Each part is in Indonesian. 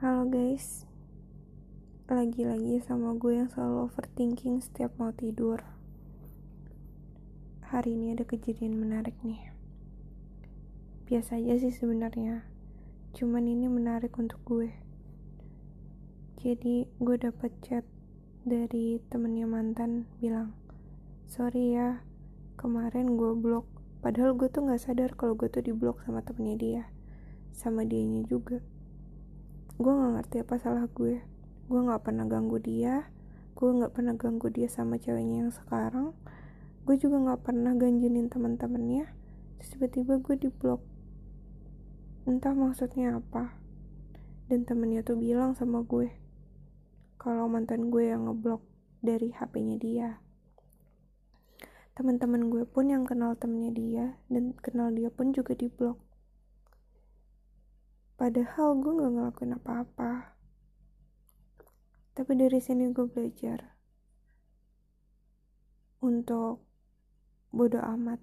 Halo guys, lagi-lagi sama gue yang selalu overthinking setiap mau tidur. Hari ini ada kejadian menarik nih. Biasa aja sih sebenarnya, cuman ini menarik untuk gue. Jadi gue dapet chat dari temennya mantan bilang, sorry ya, kemarin gue blok. Padahal gue tuh gak sadar kalau gue tuh diblok sama temennya dia, sama dianya juga. Gue gak ngerti apa salah gue gak pernah ganggu dia, gue gak pernah ganggu dia sama ceweknya yang sekarang, gue juga gak pernah ganjenin teman-temannya. Terus tiba-tiba gue diblok, entah maksudnya apa. Dan temennya tuh bilang sama gue kalau mantan gue yang ngeblok dari HP-nya dia. Teman-teman gue pun yang kenal temennya dia dan kenal dia pun juga diblok. Padahal gue gak ngelakuin apa-apa. Tapi dari sini gue belajar untuk bodo amat.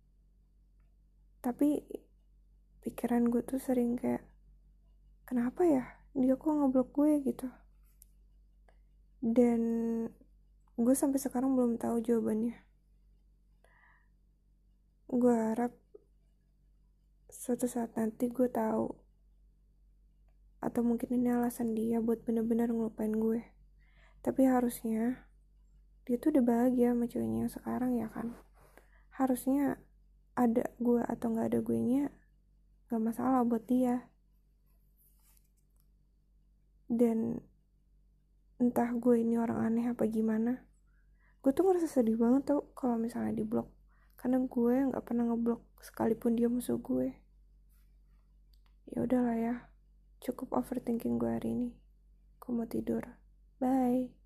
Tapi pikiran gue tuh sering kayak, kenapa ya dia kok ngeblok gue gitu. Dan gue sampai sekarang belum tahu jawabannya. Gue harap suatu saat nanti gue tahu, atau mungkin ini alasan dia buat bener-bener ngelupain gue. Tapi harusnya dia tuh udah bahagia sama ceweknya yang sekarang ya kan. Harusnya ada gue atau gak ada gue nya gak masalah buat dia. Dan entah gue ini orang aneh apa gimana, gue tuh ngerasa sedih banget tau kalau misalnya diblok, karena gue nggak pernah ngeblok sekalipun dia musuh gue. Ya udahlah ya, cukup overthinking gue hari ini. Gue mau tidur. Bye.